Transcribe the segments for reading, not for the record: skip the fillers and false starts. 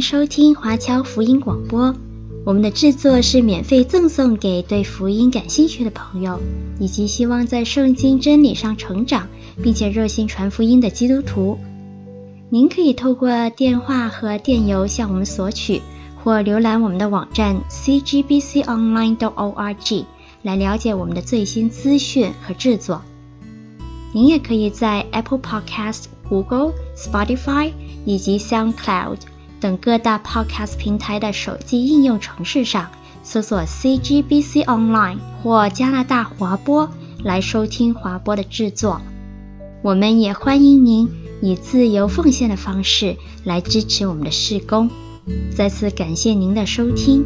收听华侨福音广播。我们的制作是免费赠送给对福音感兴趣的朋友，以及希望在圣经真理上成长，并且热心传福音的基督徒。您可以透过电话和电邮向我们索取，或浏览我们的网站 cgbconline.org 来了解我们的最新资讯和制作。您也可以在 Apple Podcast、Google、Spotify 以及 SoundCloud 等各大 Podcast 平台的手机应用程式上搜索 CGBC Online 或加拿大华播来收听华播的制作。我们也欢迎您以自由奉献的方式来支持我们的事工。再次感谢您的收听。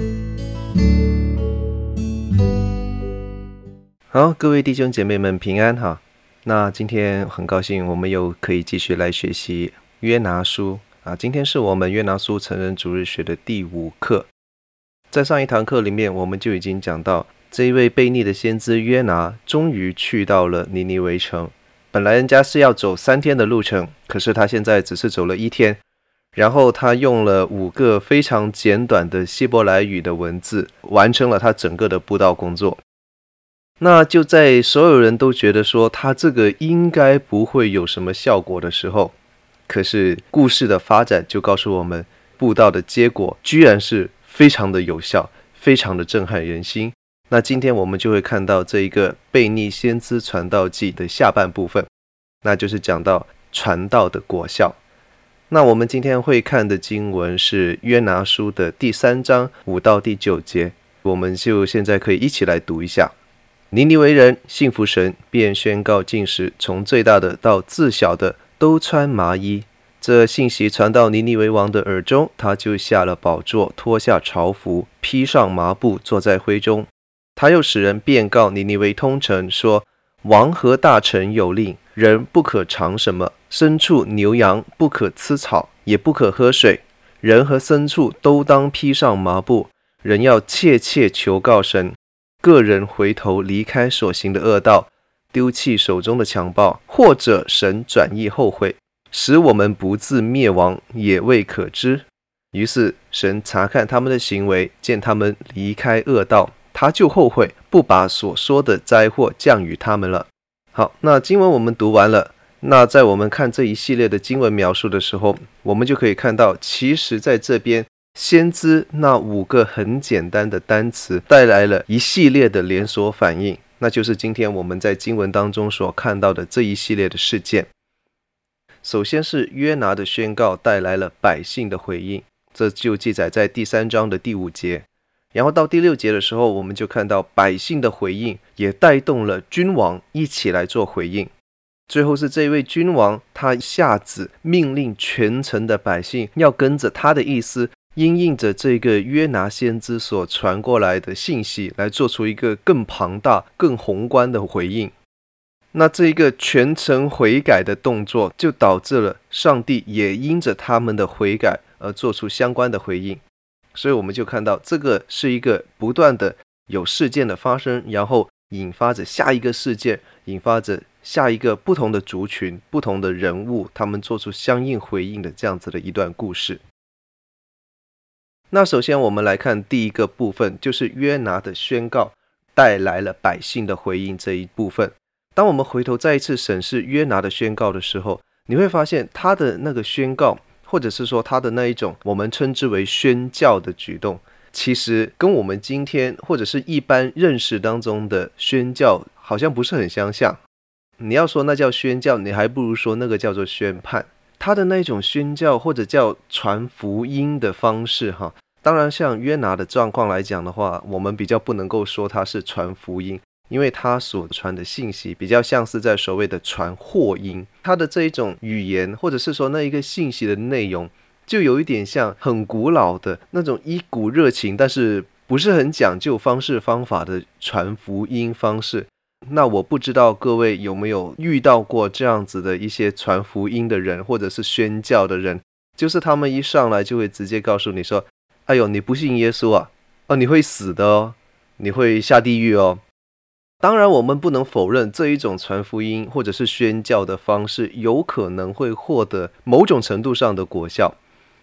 好，各位弟兄姐妹们平安哈。那今天很高兴我们又可以继续来学习约拿书啊。今天是我们约拿书成人主日学的第5课。在上一堂课里面，我们就已经讲到这一位悖逆的先知约拿终于去到了尼尼微城。本来人家是要走3天的路程，可是他现在只是走了1天，然后他用了5个非常简短的希伯来语的文字完成了他整个的布道工作。那就在所有人都觉得说他这个应该不会有什么效果的时候，可是故事的发展就告诉我们，布道的结果居然是非常的有效，非常的震撼人心。那今天我们就会看到这一个悖逆先知传道记的下半部分，那就是讲到传道的果效。那我们今天会看的经文是约拿书的第3章5到第9节，我们就现在可以一起来读一下。尼尼微人信服神，便宣告禁食，从最大的到自小的都穿麻衣。这信息传到尼尼微王的耳中，他就下了宝座，脱下朝服，披上麻布，坐在灰中。他又使人便告尼尼微通城说，王和大臣有令，人不可尝什么，牲畜牛羊不可吃草，也不可喝水，人和牲畜都当披上麻布。人要切切求告神，个人回头离开所行的恶道，丢弃手中的强暴，或者神转意后悔，使我们不自灭亡，也未可知。于是神查看他们的行为，见他们离开恶道，他就后悔，不把所说的灾祸降与他们了。好，那经文我们读完了。那在我们看这一系列的经文描述的时候，我们就可以看到，其实在这边先知那5个很简单的单词带来了一系列的连锁反应，那就是今天我们在经文当中所看到的这一系列的事件。首先是约拿的宣告带来了百姓的回应，这就记载在第3章的第5节。然后到第6节的时候，我们就看到百姓的回应也带动了君王一起来做回应。最后是这位君王，他下旨命令全城的百姓要跟着他的意思，因应着这个约拿先知所传过来的信息，来做出一个更庞大更宏观的回应。那这一个全城悔改的动作，就导致了上帝也因着他们的悔改而做出相关的回应。所以我们就看到这个是一个不断的有事件的发生，然后引发着下一个事件，引发着下一个不同的族群不同的人物，他们做出相应回应的这样子的一段故事。那首先我们来看第一个部分，就是约拿的宣告带来了百姓的回应这一部分。当我们回头再一次审视约拿的宣告的时候，你会发现他的那个宣告，或者是说他的那一种我们称之为宣教的举动，其实跟我们今天或者是一般认识当中的宣教好像不是很相像。你要说那叫宣教，你还不如说那个叫做宣判。他的那种宣教或者叫传福音的方式当然像约拿的状况来讲的话，我们比较不能够说他是传福音，因为他所传的信息比较像是在所谓的传祸音。他的这一种语言或者是说那一个信息的内容，就有一点像很古老的那种一股热情但是不是很讲究方式方法的传福音方式。那我不知道各位有没有遇到过这样子的一些传福音的人或者是宣教的人，就是他们一上来就会直接告诉你说，哎呦，你不信耶稣啊，你会死的哦，你会下地狱哦。当然我们不能否认这一种传福音或者是宣教的方式有可能会获得某种程度上的果效，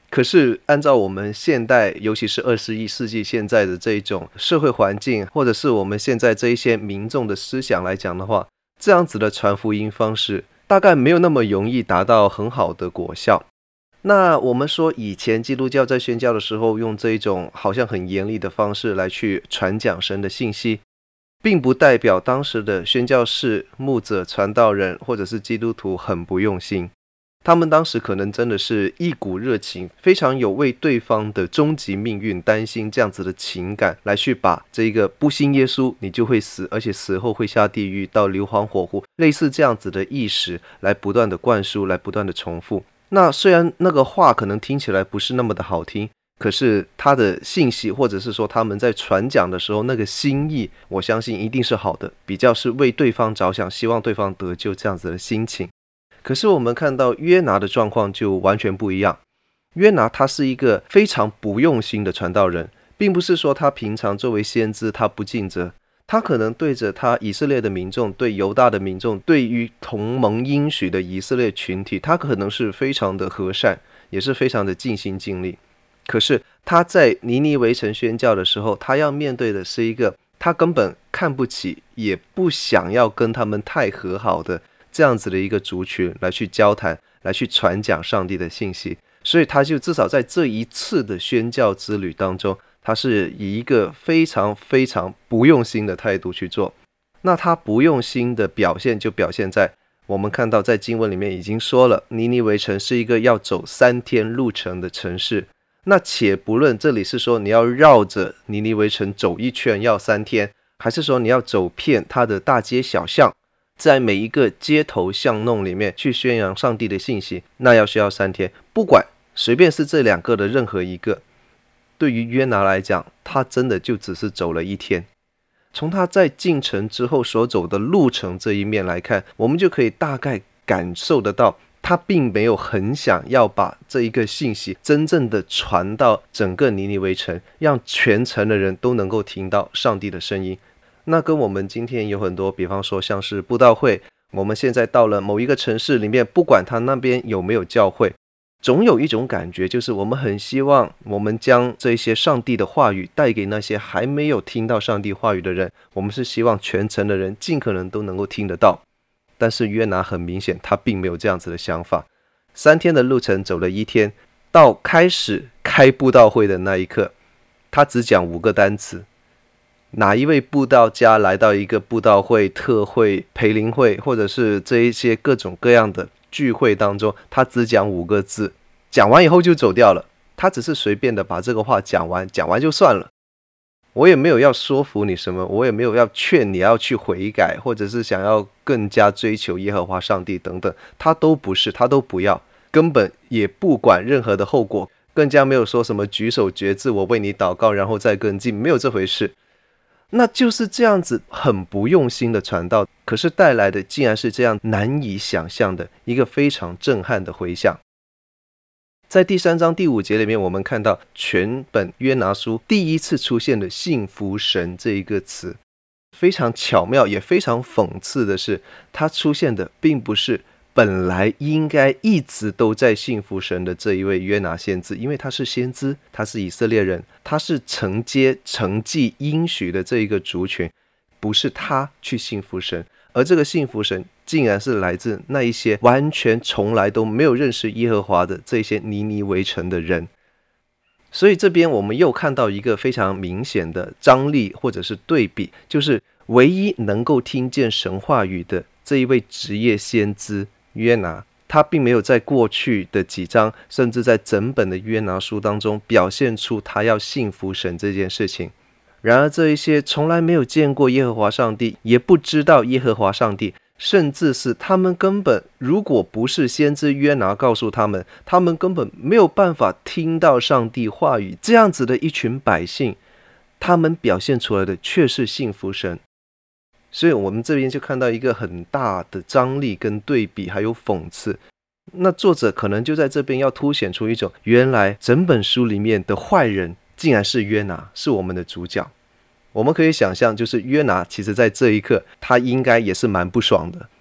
可是按照我们现代，尤其是21世纪现在的这一种社会环境，或者是我们现在这一些民众的思想来讲的话，这样子的传福音方式大概没有那么容易达到很好的果效。那我们说以前基督教在宣教的时候用这一种好像很严厉的方式来去传讲神的信息，并不代表当时的宣教士、牧者、传道人或者是基督徒很不用心。他们当时可能真的是一股热情，非常有为对方的终极命运担心这样子的情感，来去把这个不信耶稣你就会死，而且死后会下地狱到硫磺火湖，类似这样子的意识来不断的灌输，来不断的重复。那虽然那个话可能听起来不是那么的好听，可是他的信息或者是说他们在传讲的时候那个心意，我相信一定是好的，比较是为对方着想，希望对方得救这样子的心情。可是我们看到约拿的状况就完全不一样。约拿他是一个非常不用心的传道人，并不是说他平常作为先知他不尽责，他可能对着他以色列的民众，对犹大的民众，对于同盟应许的以色列群体，他可能是非常的和善，也是非常的尽心尽力。可是他在尼尼微城宣教的时候，他要面对的是一个他根本看不起，也不想要跟他们太和好的这样子的一个族群来去交谈，来去传讲上帝的信息。所以他就至少在这一次的宣教之旅当中，他是以一个非常非常不用心的态度去做。那他不用心的表现就表现在我们看到在经文里面已经说了，尼尼微城是一个要走3天路程的城市。那且不论这里是说你要绕着尼尼微城走一圈要3天，还是说你要走遍它的大街小巷，在每一个街头巷弄里面去宣扬上帝的信息，那要需要3天。不管随便是这2个的任何一个，对于约拿来讲，他真的就只是走了1天。从他在进城之后所走的路程这一面来看，我们就可以大概感受得到，他并没有很想要把这一个信息真正的传到整个尼尼微城，让全城的人都能够听到上帝的声音。那跟我们今天有很多，比方说像是布道会，我们现在到了某一个城市里面，不管他那边有没有教会，总有一种感觉，就是我们很希望我们将这些上帝的话语带给那些还没有听到上帝话语的人，我们是希望全城的人尽可能都能够听得到。但是约拿很明显他并没有这样子的想法。3天的路程走了1天，到开始开布道会的那一刻，他只讲5个单词。哪一位布道家来到一个布道会、特会、培灵会，或者是这一些各种各样的聚会当中，他只讲5个字，讲完以后就走掉了。他只是随便的把这个话讲完，讲完就算了。我也没有要说服你什么，我也没有要劝你要去悔改，或者是想要更加追求耶和华上帝等等，他都不是，他都不要，根本也不管任何的后果，更加没有说什么举手决志，我为你祷告然后再跟进，没有这回事。那就是这样子很不用心的传道，可是带来的竟然是这样难以想象的一个非常震撼的回响。在第3章第5节里面，我们看到全本约拿书第一次出现的信服神这一个词。非常巧妙也非常讽刺的是，它出现的并不是本来应该一直都在信服神的这一位约拿先知，因为他是先知，他是以色列人，他是承接承继应许的这一个族群，不是他去信服神，而这个信服神竟然是来自那一些完全从来都没有认识耶和华的这些尼尼微城的人。所以这边我们又看到一个非常明显的张力或者是对比，就是唯一能够听见神话语的这一位职业先知约拿，他并没有在过去的几章，甚至在整本的约拿书当中表现出他要信服神这件事情。然而这一些从来没有见过耶和华上帝，也不知道耶和华上帝，甚至是他们根本如果不是先知约拿告诉他们，他们根本没有办法听到上帝话语，这样子的一群百姓，他们表现出来的却是信服神。所以我们这边就看到一个很大的张力跟对比还有讽刺。那作者可能就在这边要凸显出一种，原来整本书里面的坏人竟然是约拿，是我们的主角。我们可以想象，就是约拿其实在这一刻他应该也是蛮不爽的，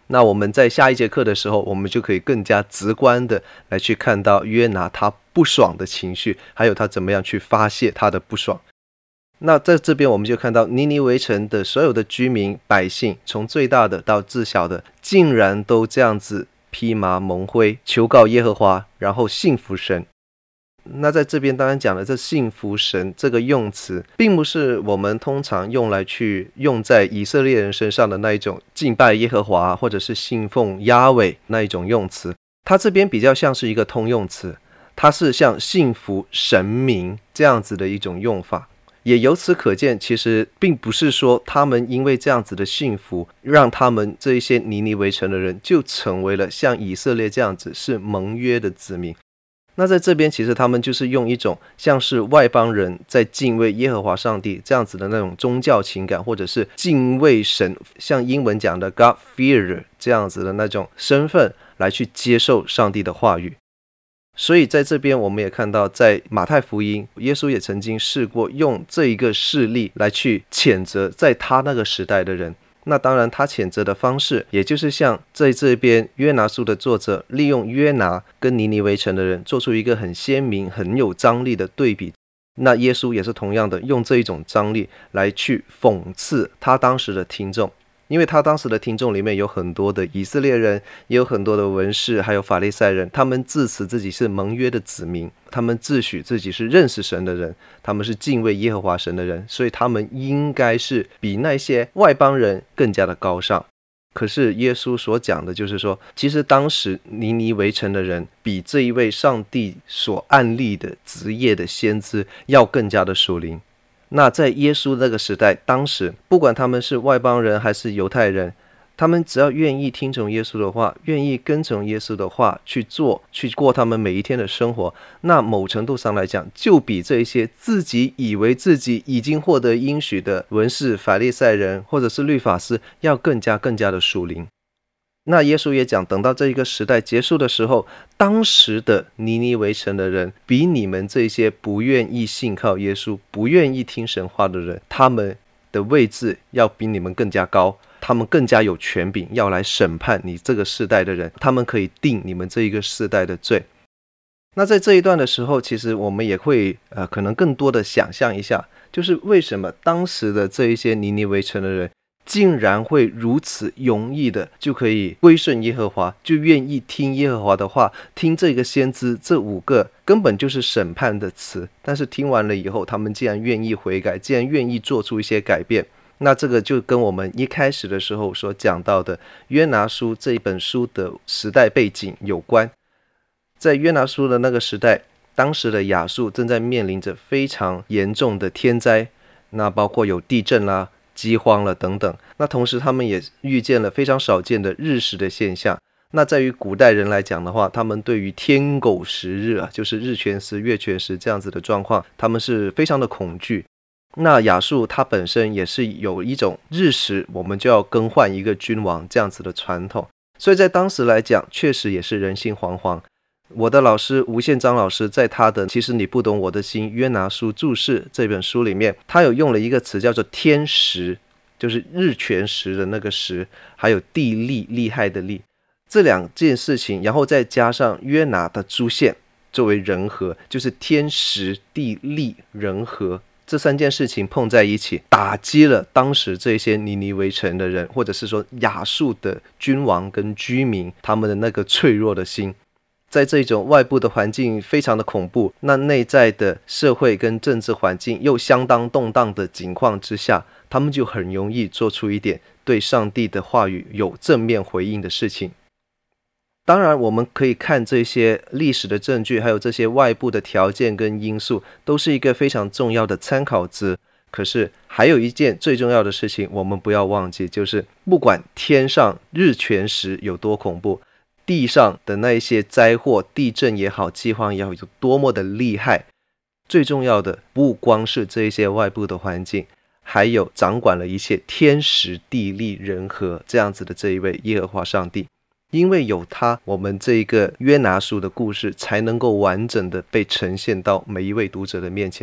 那我们在下一节课的时候，我们就可以更加直观的来去看到约拿他不爽的情绪，还有他怎么样去发泄他的不爽。那在这边我们就看到尼尼微城的所有的居民百姓，从最大的到至小的，竟然都这样子披麻蒙灰求告耶和华，然后信服神。那在这边当然讲了，这信服神这个用词并不是我们通常用来去用在以色列人身上的那一种敬拜耶和华或者是信奉亚伟那一种用词，它这边比较像是一个通用词，它是像信服神明这样子的一种用法。也由此可见，其实并不是说他们因为这样子的信服，让他们这一些尼尼微城的人就成为了像以色列这样子是盟约的子民。那在这边其实他们就是用一种像是外邦人在敬畏耶和华上帝这样子的那种宗教情感，或者是敬畏神，像英文讲的 God fear 这样子的那种身份来去接受上帝的话语。所以在这边我们也看到，在马太福音，耶稣也曾经试过用这一个事例来去谴责在他那个时代的人。那当然他谴责的方式也就是像在这边约拿书的作者利用约拿跟尼尼微城的人做出一个很鲜明很有张力的对比。那耶稣也是同样的用这一种张力来去讽刺他当时的听众，因为他当时的听众里面有很多的以色列人，也有很多的文士，还有法利赛人，他们自持自己是盟约的子民，他们自诩自己是认识神的人，他们是敬畏耶和华神的人，所以他们应该是比那些外邦人更加的高尚。可是耶稣所讲的就是说，其实当时尼尼微城的人比这一位上帝所暗立的职业的先知要更加的属灵。那在耶稣那个时代，当时不管他们是外邦人还是犹太人，他们只要愿意听从耶稣的话，愿意跟从耶稣的话去做，去过他们每一天的生活，那某程度上来讲，就比这些自己以为自己已经获得应许的文士、法利赛人或者是律法师要更加的属灵。那耶稣也讲，等到这一个时代结束的时候，当时的尼尼微城的人比你们这些不愿意信靠耶稣、不愿意听神话的人，他们的位置要比你们更加高，他们更加有权柄要来审判你这个世代的人，他们可以定你们这一个世代的罪。那在这一段的时候，其实我们也会可能更多的想象一下，就是为什么当时的这一些尼尼微城的人竟然会如此容易的就可以归顺耶和华，就愿意听耶和华的话，听这个先知这5个根本就是审判的词，但是听完了以后，他们竟然愿意悔改，竟然愿意做出一些改变。那这个就跟我们一开始的时候所讲到的约拿书这一本书的时代背景有关。在约拿书的那个时代，当时的亚述正在面临着非常严重的天灾，那包括有地震啦、饥荒了等等。那同时他们也遇见了非常少见的日食的现象。那在于古代人来讲的话，他们对于天狗食日就是日全食、月全食这样子的状况，他们是非常的恐惧。那亚述它本身也是有一种日食我们就要更换一个君王这样子的传统，所以在当时来讲，确实也是人心惶惶。我的老师吴宪章老师在他的《其实你不懂我的心约拿书注释》这本书里面，他有用了一个词叫做天时，就是日全食的那个时，还有地利，厉害的利，这2件事情，然后再加上约拿的出现作为人和，就是天时地利人和，这3件事情碰在一起，打击了当时这些尼尼微城的人，或者是说亚述的君王跟居民他们的那个脆弱的心。在这种外部的环境非常的恐怖，那内在的社会跟政治环境又相当动荡的情况之下，他们就很容易做出一点对上帝的话语有正面回应的事情。当然我们可以看这些历史的证据，还有这些外部的条件跟因素，都是一个非常重要的参考值。可是还有一件最重要的事情我们不要忘记，就是不管天上日全食有多恐怖，地上的那一些灾祸，地震也好，饥荒也好，有多么的厉害，最重要的不光是这一些外部的环境，还有掌管了一切天时地利人和这样子的这一位耶和华上帝。因为有他，我们这一个约拿书的故事才能够完整的被呈现到每一位读者的面前。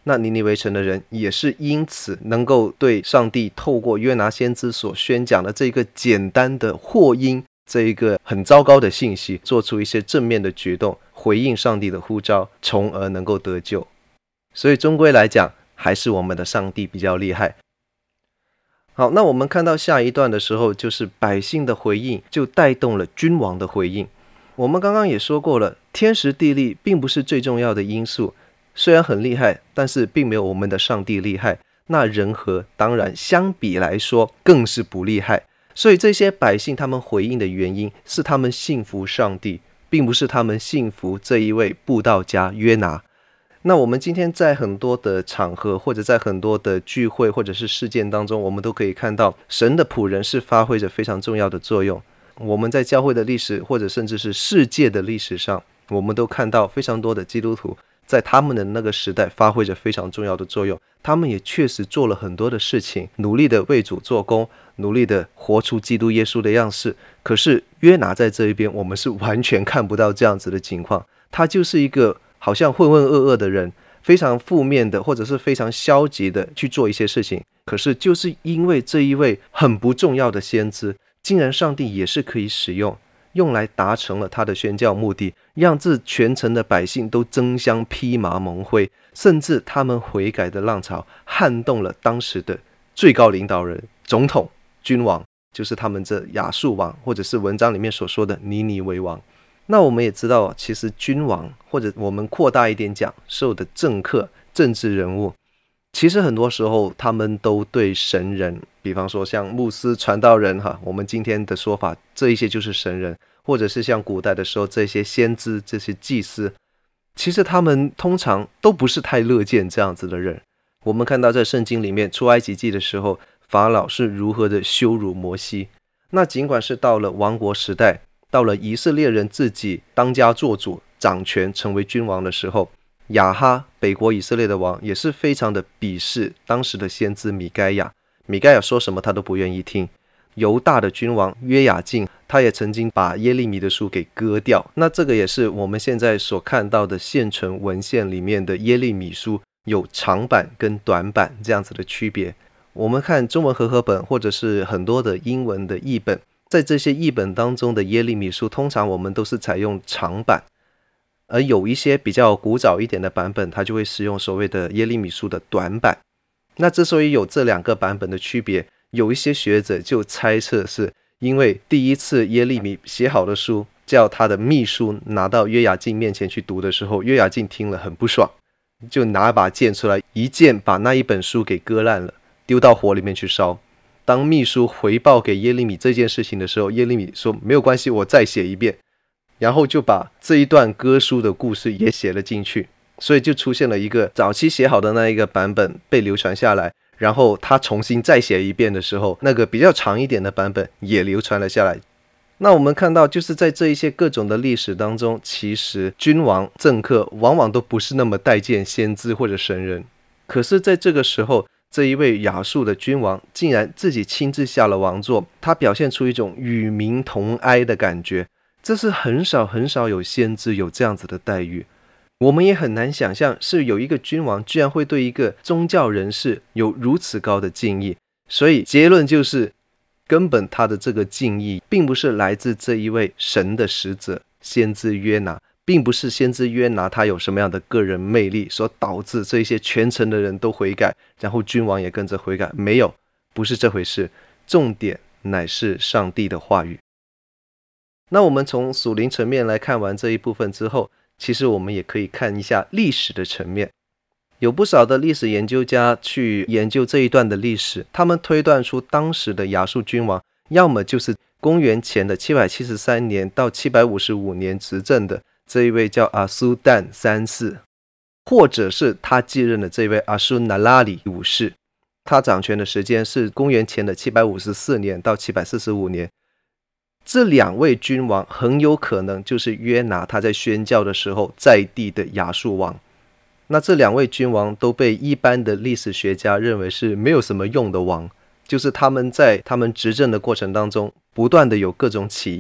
那尼尼微城的人也是因此能够对上帝透过约拿先知所宣讲的这个简单的祸因，这一个很糟糕的信息，做出一些正面的举动，回应上帝的呼召，从而能够得救。所以终归来讲，还是我们的上帝比较厉害。好，那我们看到下一段的时候，就是百姓的回应就带动了君王的回应。我们刚刚也说过了，天时地利并不是最重要的因素，虽然很厉害，但是并没有我们的上帝厉害。那人和当然相比来说更是不厉害。所以这些百姓他们回应的原因是他们信服上帝，并不是他们信服这一位布道家约拿。那我们今天在很多的场合，或者在很多的聚会或者是事件当中，我们都可以看到神的仆人是发挥着非常重要的作用。我们在教会的历史，或者甚至是世界的历史上，我们都看到非常多的基督徒在他们的那个时代发挥着非常重要的作用。他们也确实做了很多的事情，努力的为主做工，努力的活出基督耶稣的样式。可是约拿在这一边，我们是完全看不到这样子的情况。他就是一个好像浑浑噩噩的人，非常负面的，或者是非常消极的去做一些事情。可是就是因为这一位很不重要的先知，竟然上帝也是可以使用来达成了他的宣教目的，让这全城的百姓都争相披麻蒙灰，甚至他们悔改的浪潮撼动了当时的最高领导人、总统、君王，就是他们这亚述王，或者是文章里面所说的尼尼微王。那我们也知道，其实君王，或者我们扩大一点讲，所有的政客、政治人物，其实很多时候他们都对神人，比方说像牧师、传道人我们今天的说法，这一些就是神人，或者是像古代的时候这些先知、这些祭司，其实他们通常都不是太乐见这样子的人。我们看到在圣经里面出埃及记的时候，法老是如何的羞辱摩西。那尽管是到了王国时代，到了以色列人自己当家做主、掌权成为君王的时候，亚哈北国以色列的王也是非常的鄙视当时的先知米该亚。米该亚说什么他都不愿意听。犹大的君王约雅敬，他也曾经把耶利米的书给割掉。那这个也是我们现在所看到的现存文献里面的耶利米书有长版跟短版这样子的区别。我们看中文和合本，或者是很多的英文的译本，在这些译本当中的耶利米书，通常我们都是采用长版，而有一些比较古早一点的版本，它就会使用所谓的耶利米书的短版。那之所以有这两个版本的区别，有一些学者就猜测是因为第一次耶利米写好的书叫他的秘书拿到约雅敬面前去读的时候，约雅敬听了很不爽，就拿把剑出来，一剑把那一本书给割烂了，丢到火里面去烧。当秘书回报给耶利米这件事情的时候，耶利米说没有关系，我再写一遍，然后就把这一段割书的故事也写了进去。所以就出现了一个早期写好的那一个版本被流传下来，然后他重新再写一遍的时候，那个比较长一点的版本也流传了下来。那我们看到就是在这一些各种的历史当中，其实君王政客往往都不是那么待见先知或者神人。可是在这个时候，这一位亚述的君王竟然自己亲自下了王座，他表现出一种与民同哀的感觉，这是很少很少有先知有这样子的待遇。我们也很难想象是有一个君王居然会对一个宗教人士有如此高的敬意。所以结论就是根本他的这个敬意并不是来自这一位神的使者先知约拿，并不是先知约拿他有什么样的个人魅力所导致这些全城的人都悔改，然后君王也跟着悔改，没有，不是这回事。重点乃是上帝的话语。那我们从属灵层面来看完这一部分之后，其实我们也可以看一下历史的层面。有不少的历史研究家去研究这一段的历史，他们推断出当时的亚述君王要么就是公元前的773年到755年执政的这一位叫阿苏旦三世，或者是他继任的这位阿苏那拉里五世，他掌权的时间是公元前的754年到745年。这两位君王很有可能就是约拿他在宣教的时候在地的亚述王。那这两位君王都被一般的历史学家认为是没有什么用的王，就是他们在他们执政的过程当中不断的有各种起义，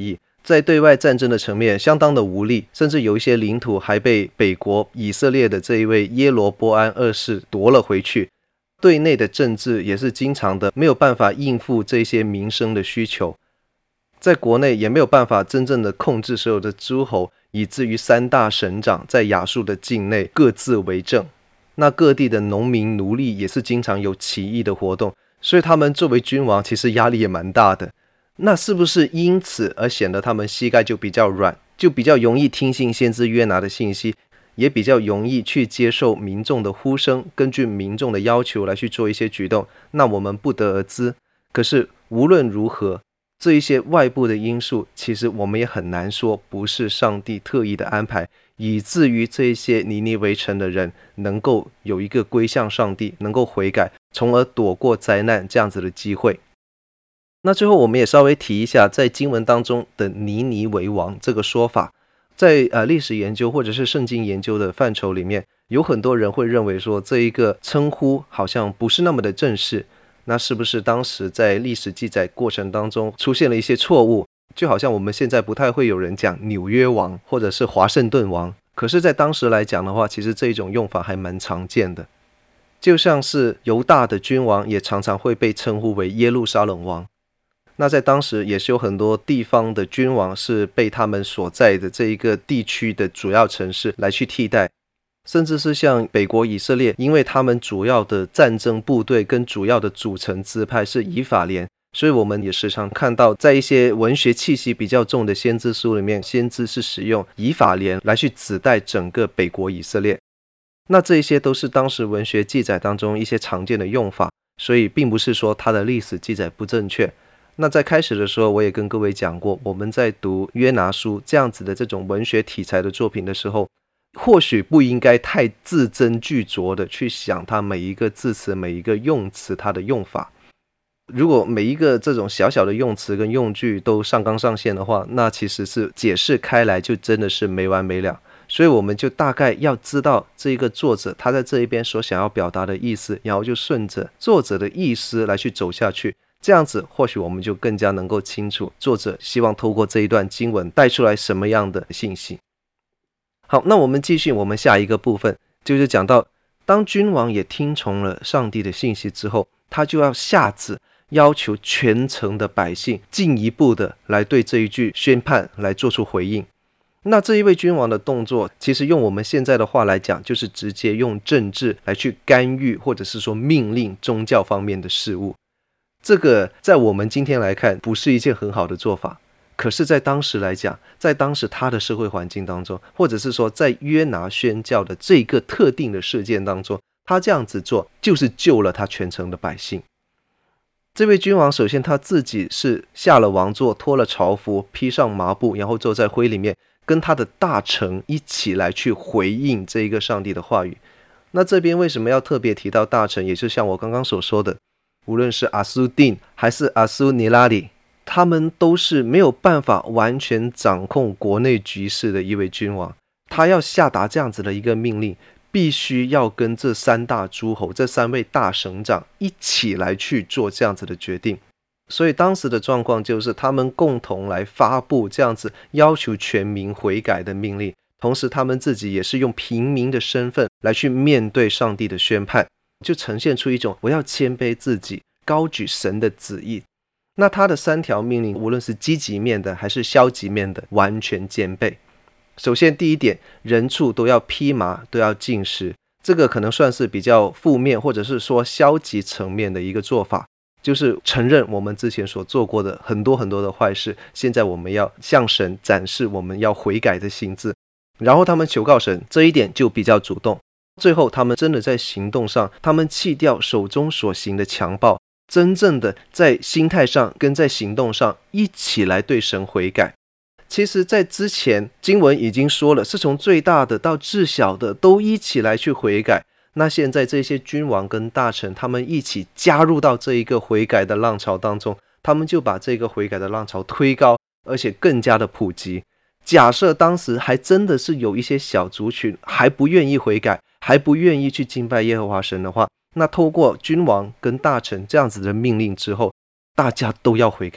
在对外战争的层面相当的无力，甚至有一些领土还被北国以色列的这一位耶罗波安二世夺了回去。对内的政治也是经常的没有办法应付这些民生的需求，在国内也没有办法真正的控制所有的诸侯，以至于三大省长在亚述的境内各自为政。那各地的农民奴隶也是经常有起义的活动，所以他们作为君王其实压力也蛮大的。那是不是因此而显得他们膝盖就比较软，就比较容易听信先知约拿的信息，也比较容易去接受民众的呼声，根据民众的要求来去做一些举动？那我们不得而知。可是无论如何，这一些外部的因素，其实我们也很难说不是上帝特意的安排，以至于这一些尼尼微城的人能够有一个归向上帝，能够悔改，从而躲过灾难这样子的机会。那最后我们也稍微提一下，在经文当中的尼尼微王这个说法，在历史研究或者是圣经研究的范畴里面，有很多人会认为说这一个称呼好像不是那么的正式。那是不是当时在历史记载过程当中出现了一些错误？就好像我们现在不太会有人讲纽约王或者是华盛顿王，可是在当时来讲的话，其实这一种用法还蛮常见的。就像是犹大的君王也常常会被称呼为耶路撒冷王。那在当时也是有很多地方的君王是被他们所在的这一个地区的主要城市来去替代，甚至是像北国以色列，因为他们主要的战争部队跟主要的组成支派是以法莲，所以我们也时常看到在一些文学气息比较重的先知书里面，先知是使用以法莲来去指代整个北国以色列。那这些都是当时文学记载当中一些常见的用法，所以并不是说它的历史记载不正确。那在开始的时候我也跟各位讲过，我们在读约拿书这样子的这种文学题材的作品的时候，或许不应该太字斟句酌的去想它每一个字词每一个用词它的用法。如果每一个这种小小的用词跟用句都上纲上线的话，那其实是解释开来就真的是没完没了。所以我们就大概要知道这一个作者他在这一边所想要表达的意思，然后就顺着作者的意思来去走下去，这样子或许我们就更加能够清楚作者希望透过这一段经文带出来什么样的信息。好，那我们继续我们下一个部分，就是讲到当君王也听从了上帝的信息之后，他就要下旨要求全城的百姓进一步的来对这一句宣判来做出回应。那这一位君王的动作，其实用我们现在的话来讲，就是直接用政治来去干预或者是说命令宗教方面的事物。这个在我们今天来看不是一件很好的做法，可是在当时来讲，在当时他的社会环境当中，或者是说在约拿宣教的这个特定的事件当中，他这样子做就是救了他全城的百姓。这位君王首先他自己是下了王座，脱了朝服，披上麻布，然后坐在灰里面，跟他的大臣一起来去回应这一个上帝的话语。那这边为什么要特别提到大臣，也是像我刚刚所说的，无论是阿苏丁还是阿苏尼拉里，他们都是没有办法完全掌控国内局势的一位君王。他要下达这样子的一个命令，必须要跟这三大诸侯，这三位大省长一起来去做这样子的决定。所以当时的状况就是他们共同来发布这样子要求全民悔改的命令，同时他们自己也是用平民的身份来去面对上帝的宣判，就呈现出一种我要谦卑自己，高举神的旨意。那他的三条命令无论是积极面的还是消极面的完全兼备。首先第一点，人畜都要披麻，都要禁食，这个可能算是比较负面或者是说消极层面的一个做法，就是承认我们之前所做过的很多很多的坏事，现在我们要向神展示我们要悔改的心志，然后他们求告神，这一点就比较主动。最后他们真的在行动上，他们弃掉手中所行的强暴，真正的在心态上跟在行动上一起来对神悔改。其实在之前经文已经说了，是从最大的到至小的都一起来去悔改。那现在这些君王跟大臣他们一起加入到这一个悔改的浪潮当中，他们就把这个悔改的浪潮推高，而且更加的普及。假设当时还真的是有一些小族群还不愿意悔改，还不愿意去敬拜耶和华神的话，那透过君王跟大臣这样子的命令之后，大家都要悔改，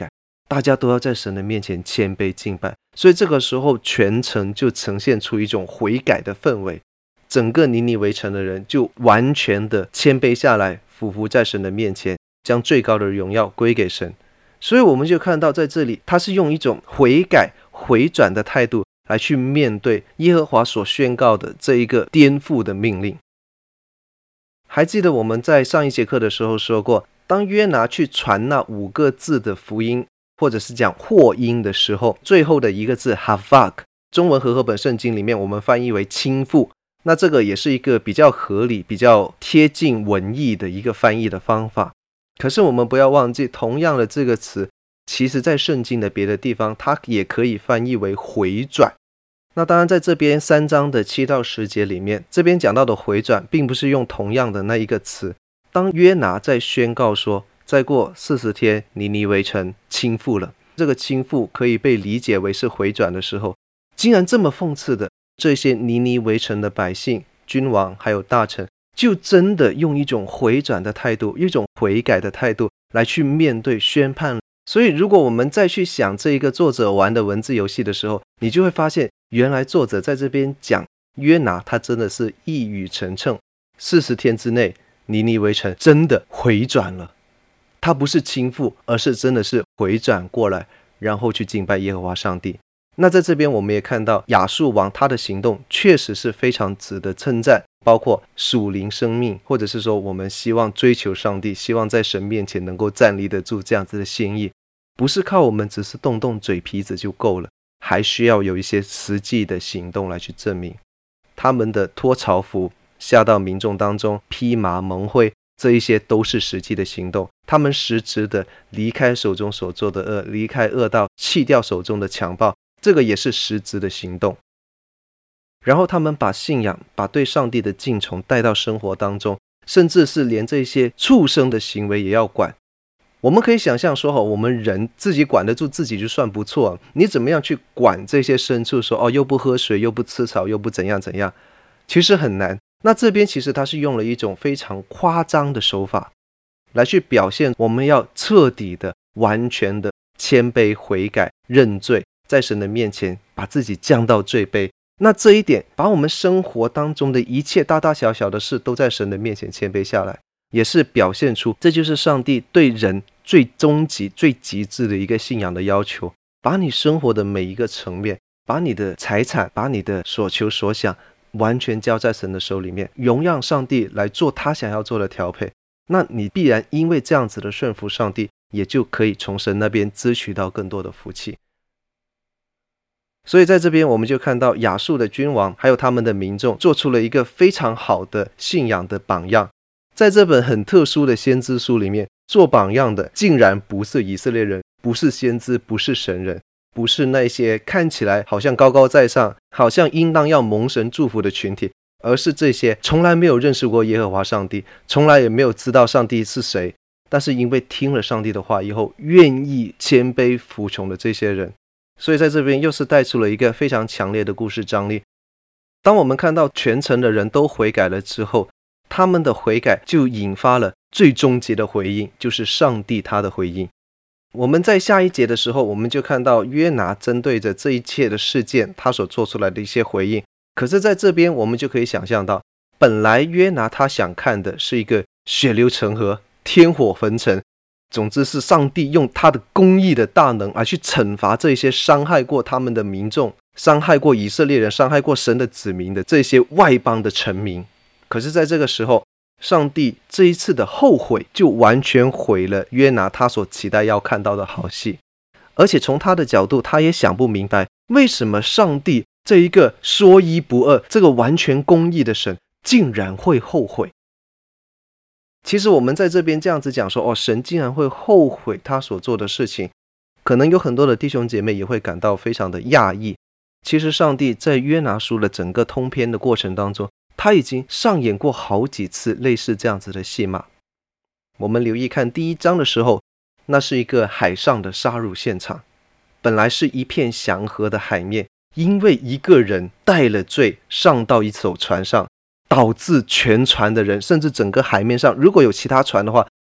大家都要在神的面前谦卑敬拜。所以这个时候全城就呈现出一种悔改的氛围，整个尼尼微城的人就完全的谦卑下来，俯伏在神的面前，将最高的荣耀归给神。所以我们就看到在这里，他是用一种悔改回转的态度来去面对耶和华所宣告的这一个颠覆的命令。还记得我们在上一节课的时候说过，当约拿去传那5个字的福音，或者是讲祸音的时候，最后的一个字 Havak， 中文和合本圣经里面我们翻译为倾覆，那这个也是一个比较合理比较贴近文意的一个翻译的方法。可是我们不要忘记，同样的这个词其实在圣经的别的地方它也可以翻译为回转。那当然在这边3章的7到10节里面，这边讲到的回转并不是用同样的那一个词。当约拿在宣告说再过40天尼尼微城倾覆了，这个倾覆可以被理解为是回转的时候，竟然这么讽刺的，这些尼尼微城的百姓、君王还有大臣就真的用一种回转的态度，一种悔改的态度来去面对宣判。所以如果我们再去想这一个作者玩的文字游戏的时候，你就会发现原来作者在这边讲约拿他真的是一语成谶，40天之内尼尼微城真的回转了，他不是倾覆，而是真的是回转过来，然后去敬拜耶和华上帝。那在这边我们也看到亚述王他的行动确实是非常值得称赞，包括属灵生命，或者是说我们希望追求上帝，希望在神面前能够站立得住这样子的心意，不是靠我们只是动动嘴皮子就够了，还需要有一些实际的行动来去证明。他们的脱朝服下到民众当中，披麻蒙灰，这一些都是实际的行动。他们实质的离开手中所做的恶，离开恶道，弃掉手中的强暴，这个也是实质的行动。然后他们把信仰，把对上帝的敬崇带到生活当中，甚至是连这些畜生的行为也要管。我们可以想象说，我们人自己管得住自己就算不错，你怎么样去管这些牲畜，说又不喝水，又不吃草，又不怎样怎样，其实很难。那这边其实他是用了一种非常夸张的手法来去表现我们要彻底的完全的谦卑悔改认罪，在神的面前把自己降到最卑。那这一点把我们生活当中的一切大大小小的事都在神的面前谦卑下来，也是表现出这就是上帝对人最终极最极致的一个信仰的要求，把你生活的每一个层面，把你的财产，把你的所求所想完全交在神的手里面，容让上帝来做他想要做的调配。那你必然因为这样子的顺服上帝，也就可以从神那边支取到更多的福气。所以在这边我们就看到亚述的君王还有他们的民众做出了一个非常好的信仰的榜样。在这本很特殊的先知书里面，做榜样的竟然不是以色列人，不是先知，不是神人，不是那些看起来好像高高在上，好像应当要蒙神祝福的群体，而是这些从来没有认识过耶和华上帝，从来也没有知道上帝是谁，但是因为听了上帝的话以后愿意谦卑服从的这些人。所以在这边又是带出了一个非常强烈的故事张力。当我们看到全城的人都悔改了之后，他们的悔改就引发了最终极的回应，就是上帝他的回应。我们在下一节的时候，我们就看到约拿针对着这一切的事件他所做出来的一些回应。可是在这边我们就可以想象到，本来约拿他想看的是一个血流成河，天火焚城，总之是上帝用他的公义的大能而去惩罚这些伤害过他们的民众，伤害过以色列人，伤害过神的子民的这些外邦的臣民。可是在这个时候，上帝这一次的后悔就完全毁了约拿他所期待要看到的好戏。而且从他的角度，他也想不明白为什么上帝这一个说一不二，这个完全公义的神竟然会后悔。其实我们在这边这样子讲说，神竟然会后悔他所做的事情，可能有很多的弟兄姐妹也会感到非常的讶异。其实上帝在约拿书的整个通篇的过程当中，他已经上演过好几次类似这样子的戏码。我们留意看第1章的时候，那是一个海上的杀戮现场，本来是一片祥和的海面，因为一个人带了罪上到一艘船上，导致全船的人，甚至整个海面上如果有其他船的话，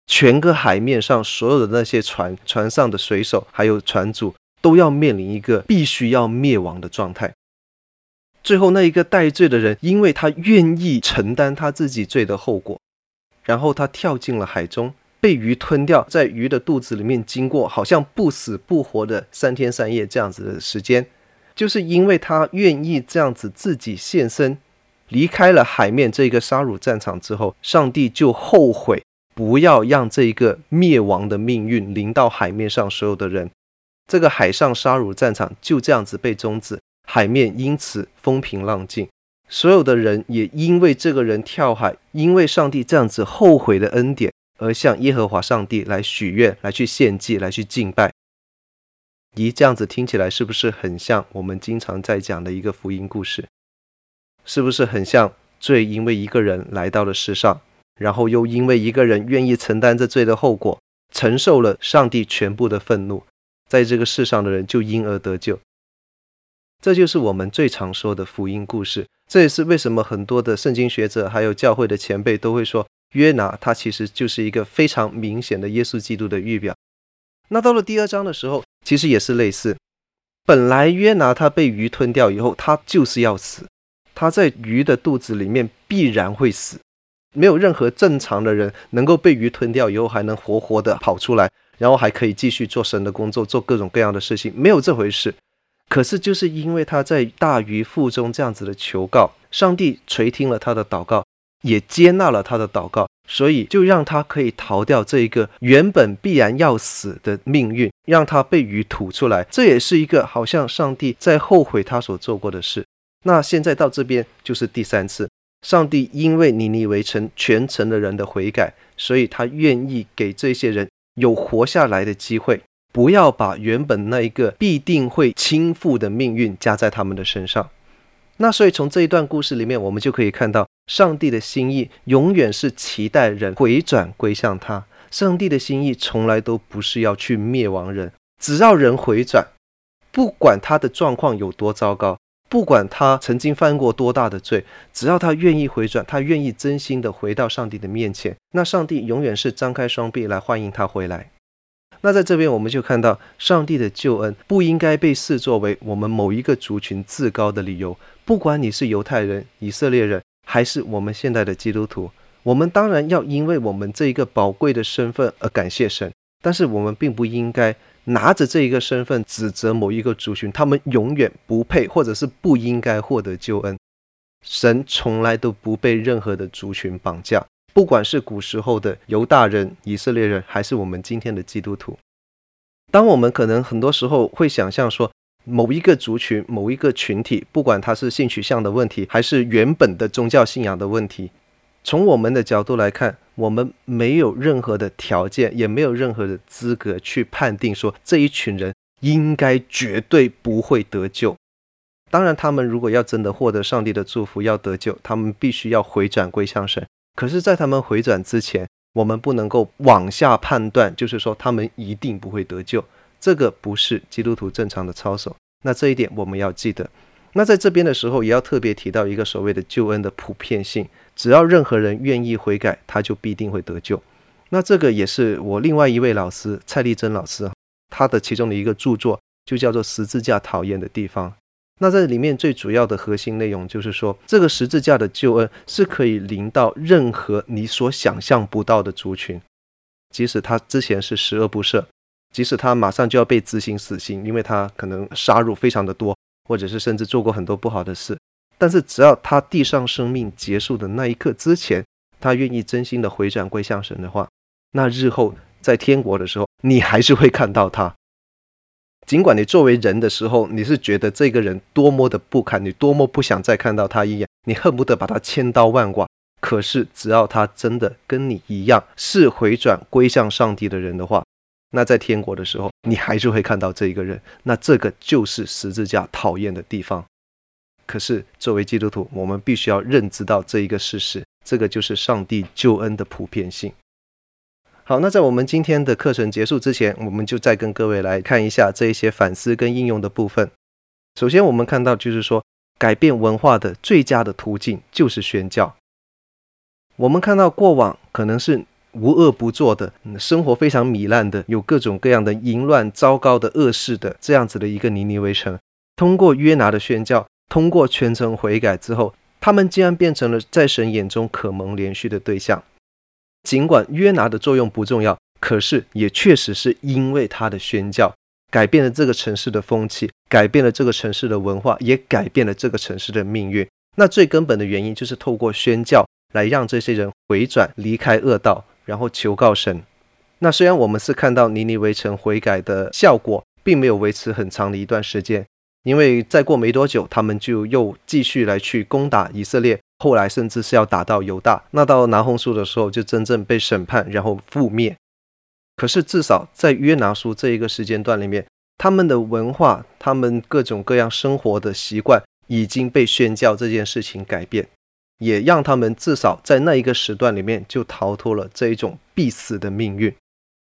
全个海面上所有的那些船上的水手还有船主都要面临一个必须要灭亡的状态。最后那一个带罪的人，因为他愿意承担他自己罪的后果，然后他跳进了海中，被鱼吞掉，在鱼的肚子里面经过好像不死不活的3天3夜这样子的时间，就是因为他愿意这样子自己献身，离开了海面这个杀戮战场之后，上帝就后悔不要让这个灭亡的命运临到海面上所有的人。这个海上杀戮战场就这样子被终止，海面因此风平浪静，所有的人也因为这个人跳海，因为上帝这样子后悔的恩典而向耶和华上帝来许愿，来去献祭，来去敬拜。咦，这样子听起来是不是很像我们经常在讲的一个福音故事？是不是很像罪因为一个人来到了世上，然后又因为一个人愿意承担这罪的后果，承受了上帝全部的愤怒，在这个世上的人就因而得救。这就是我们最常说的福音故事。这也是为什么很多的圣经学者还有教会的前辈都会说，约拿他其实就是一个非常明显的耶稣基督的预表。那到了第2章的时候，其实也是类似。本来约拿他被鱼吞掉以后，他就是要死，他在鱼的肚子里面必然会死。没有任何正常的人能够被鱼吞掉以后还能活活的跑出来，然后还可以继续做神的工作，做各种各样的事情，没有这回事。可是就是因为他在大鱼腹中这样子的求告，上帝垂听了他的祷告，也接纳了他的祷告，所以就让他可以逃掉这一个原本必然要死的命运，让他被鱼吐出来。这也是一个好像上帝在后悔他所做过的事。那现在到这边就是第3次，上帝因为尼尼微城全城的人的悔改，所以他愿意给这些人有活下来的机会，不要把原本那一个必定会倾覆的命运加在他们的身上。那所以从这一段故事里面，我们就可以看到上帝的心意永远是期待人回转归向他。上帝的心意从来都不是要去灭亡人，只要人回转，不管他的状况有多糟糕，不管他曾经犯过多大的罪，只要他愿意回转，他愿意真心的回到上帝的面前，那上帝永远是张开双臂来欢迎他回来。那在这边我们就看到，上帝的救恩不应该被视作为我们某一个族群自高的理由。不管你是犹太人、以色列人，还是我们现代的基督徒，我们当然要因为我们这一个宝贵的身份而感谢神，但是我们并不应该拿着这一个身份指责某一个族群，他们永远不配或者是不应该获得救恩。神从来都不被任何的族群绑架，不管是古时候的犹大人、以色列人，还是我们今天的基督徒。当我们可能很多时候会想象说，某一个族群、某一个群体，不管它是性取向的问题，还是原本的宗教信仰的问题，从我们的角度来看，我们没有任何的条件，也没有任何的资格去判定说这一群人应该绝对不会得救。当然他们如果要真的获得上帝的祝福，要得救，他们必须要回转归向神。可是在他们回转之前，我们不能够往下判断，就是说他们一定不会得救，这个不是基督徒正常的操守。那这一点我们要记得。那在这边的时候也要特别提到一个所谓的救恩的普遍性，只要任何人愿意悔改，他就必定会得救。那这个也是我另外一位老师蔡丽珍老师，他的其中的一个著作就叫做十字架讨厌的地方。那在里面最主要的核心内容就是说，这个十字架的救恩是可以临到任何你所想象不到的族群，即使他之前是十恶不赦，即使他马上就要被执行死刑，因为他可能杀戮非常的多，或者是甚至做过很多不好的事，但是只要他地上生命结束的那一刻之前，他愿意真心的回转归向神的话，那日后在天国的时候，你还是会看到他。尽管你作为人的时候，你是觉得这个人多么的不堪，你多么不想再看到他一眼，你恨不得把他千刀万剐，可是只要他真的跟你一样是回转归向上帝的人的话，那在天国的时候你还是会看到这一个人。那这个就是十字架讨厌的地方。可是作为基督徒，我们必须要认知到这一个事实，这个就是上帝救恩的普遍性。好，那在我们今天的课程结束之前，我们就再跟各位来看一下这一些反思跟应用的部分。首先我们看到就是说，改变文化的最佳的途径就是宣教。我们看到过往可能是无恶不作的，生活非常糜烂的，有各种各样的淫乱糟糕的恶事的这样子的一个尼尼微城，通过约拿的宣教，通过全城悔改之后，他们竟然变成了在神眼中可蒙怜恤的对象。尽管约拿的作用不重要，可是也确实是因为他的宣教改变了这个城市的风气，改变了这个城市的文化，也改变了这个城市的命运。那最根本的原因就是透过宣教来让这些人回转，离开恶道，然后求告神。那虽然我们是看到尼尼微城悔改的效果并没有维持很长的一段时间，因为再过没多久他们就又继续来去攻打以色列，后来甚至是要打到犹大，那到拿红书的时候就真正被审判，然后覆灭。可是至少在约拿书这一个时间段里面，他们的文化，他们各种各样生活的习惯已经被宣教这件事情改变，也让他们至少在那一个时段里面就逃脱了这一种必死的命运。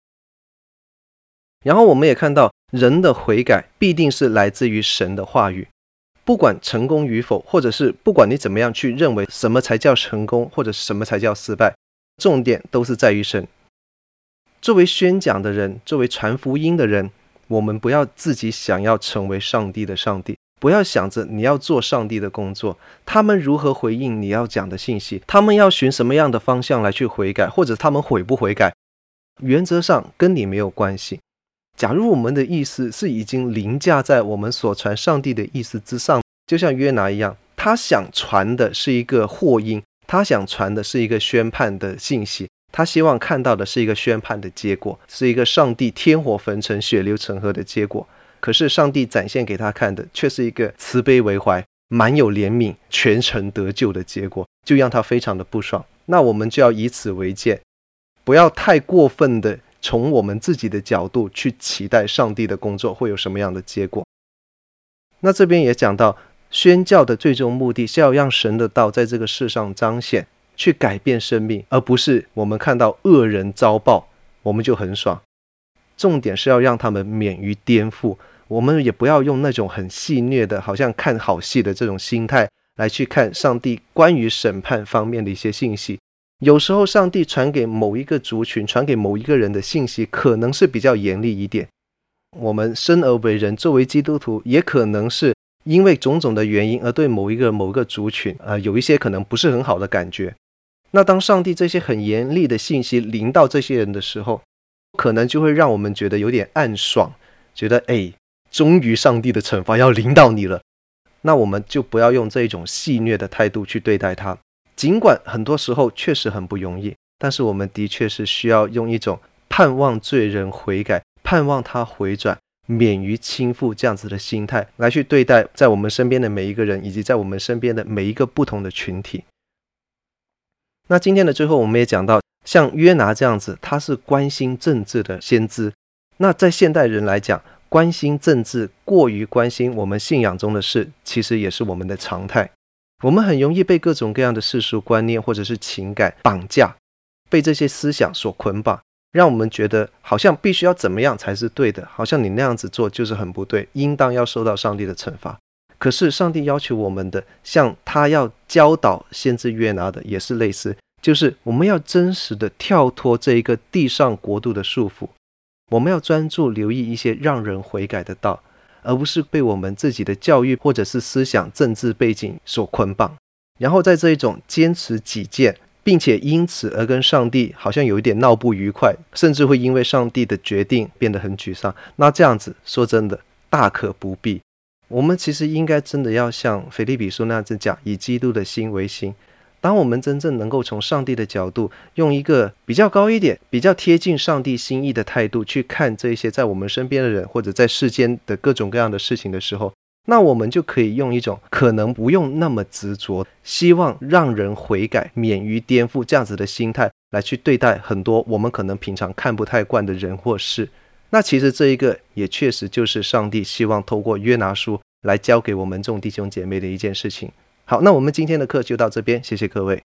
然后我们也看到人的悔改必定是来自于神的话语，不管成功与否，或者是不管你怎么样去认为什么才叫成功，或者什么才叫失败，重点都是在于神。作为宣讲的人，作为传福音的人，我们不要自己想要成为上帝的上帝，不要想着你要做上帝的工作，他们如何回应你要讲的信息，他们要循什么样的方向来去悔改，或者他们悔不悔改，原则上跟你没有关系。假如我们的意思是已经凌驾在我们所传上帝的意思之上，就像约拿一样，他想传的是一个祸因，他想传的是一个宣判的信息，他希望看到的是一个宣判的结果，是一个上帝天火焚城血流成河的结果。可是上帝展现给他看的却是一个慈悲为怀，满有怜悯，全城得救的结果，就让他非常的不爽。那我们就要以此为戒，不要太过分的从我们自己的角度去期待上帝的工作会有什么样的结果。那这边也讲到，宣教的最终目的是要让神的道在这个世上彰显，去改变生命，而不是我们看到恶人遭报我们就很爽。重点是要让他们免于颠覆，我们也不要用那种很戏谑的好像看好戏的这种心态来去看上帝关于审判方面的一些信息。有时候上帝传给某一个族群，传给某一个人的信息可能是比较严厉一点，我们生而为人，作为基督徒也可能是因为种种的原因而对某一个族群有一些可能不是很好的感觉。那当上帝这些很严厉的信息临到这些人的时候，可能就会让我们觉得有点暗爽，觉得终于上帝的惩罚要临到你了。那我们就不要用这一种戏谑的态度去对待他，尽管很多时候确实很不容易，但是我们的确是需要用一种盼望罪人悔改，盼望他回转，免于倾覆这样子的心态来去对待在我们身边的每一个人，以及在我们身边的每一个不同的群体。那今天的最后我们也讲到，像约拿这样子，他是关心政治的先知。那在现代人来讲，关心政治过于关心我们信仰中的事，其实也是我们的常态。我们很容易被各种各样的世俗观念或者是情感绑架，被这些思想所捆绑，让我们觉得好像必须要怎么样才是对的，好像你那样子做就是很不对，应当要受到上帝的惩罚。可是上帝要求我们的，像他要教导先知约拿的也是类似，就是我们要真实的跳脱这一个地上国度的束缚，我们要专注留意一些让人悔改的道，而不是被我们自己的教育或者是思想政治背景所捆绑，然后在这一种坚持己见，并且因此而跟上帝好像有一点闹不愉快，甚至会因为上帝的决定变得很沮丧，那这样子说真的大可不必。我们其实应该真的要像腓立比书那样子讲，以基督的心为心。当我们真正能够从上帝的角度，用一个比较高一点，比较贴近上帝心意的态度去看这些在我们身边的人，或者在世间的各种各样的事情的时候，那我们就可以用一种可能不用那么执着，希望让人悔改，免于颠覆这样子的心态来去对待很多我们可能平常看不太惯的人或事。那其实这一个也确实就是上帝希望透过约拿书来教给我们众弟兄姐妹的一件事情。好，那我们今天的课就到这边，谢谢各位。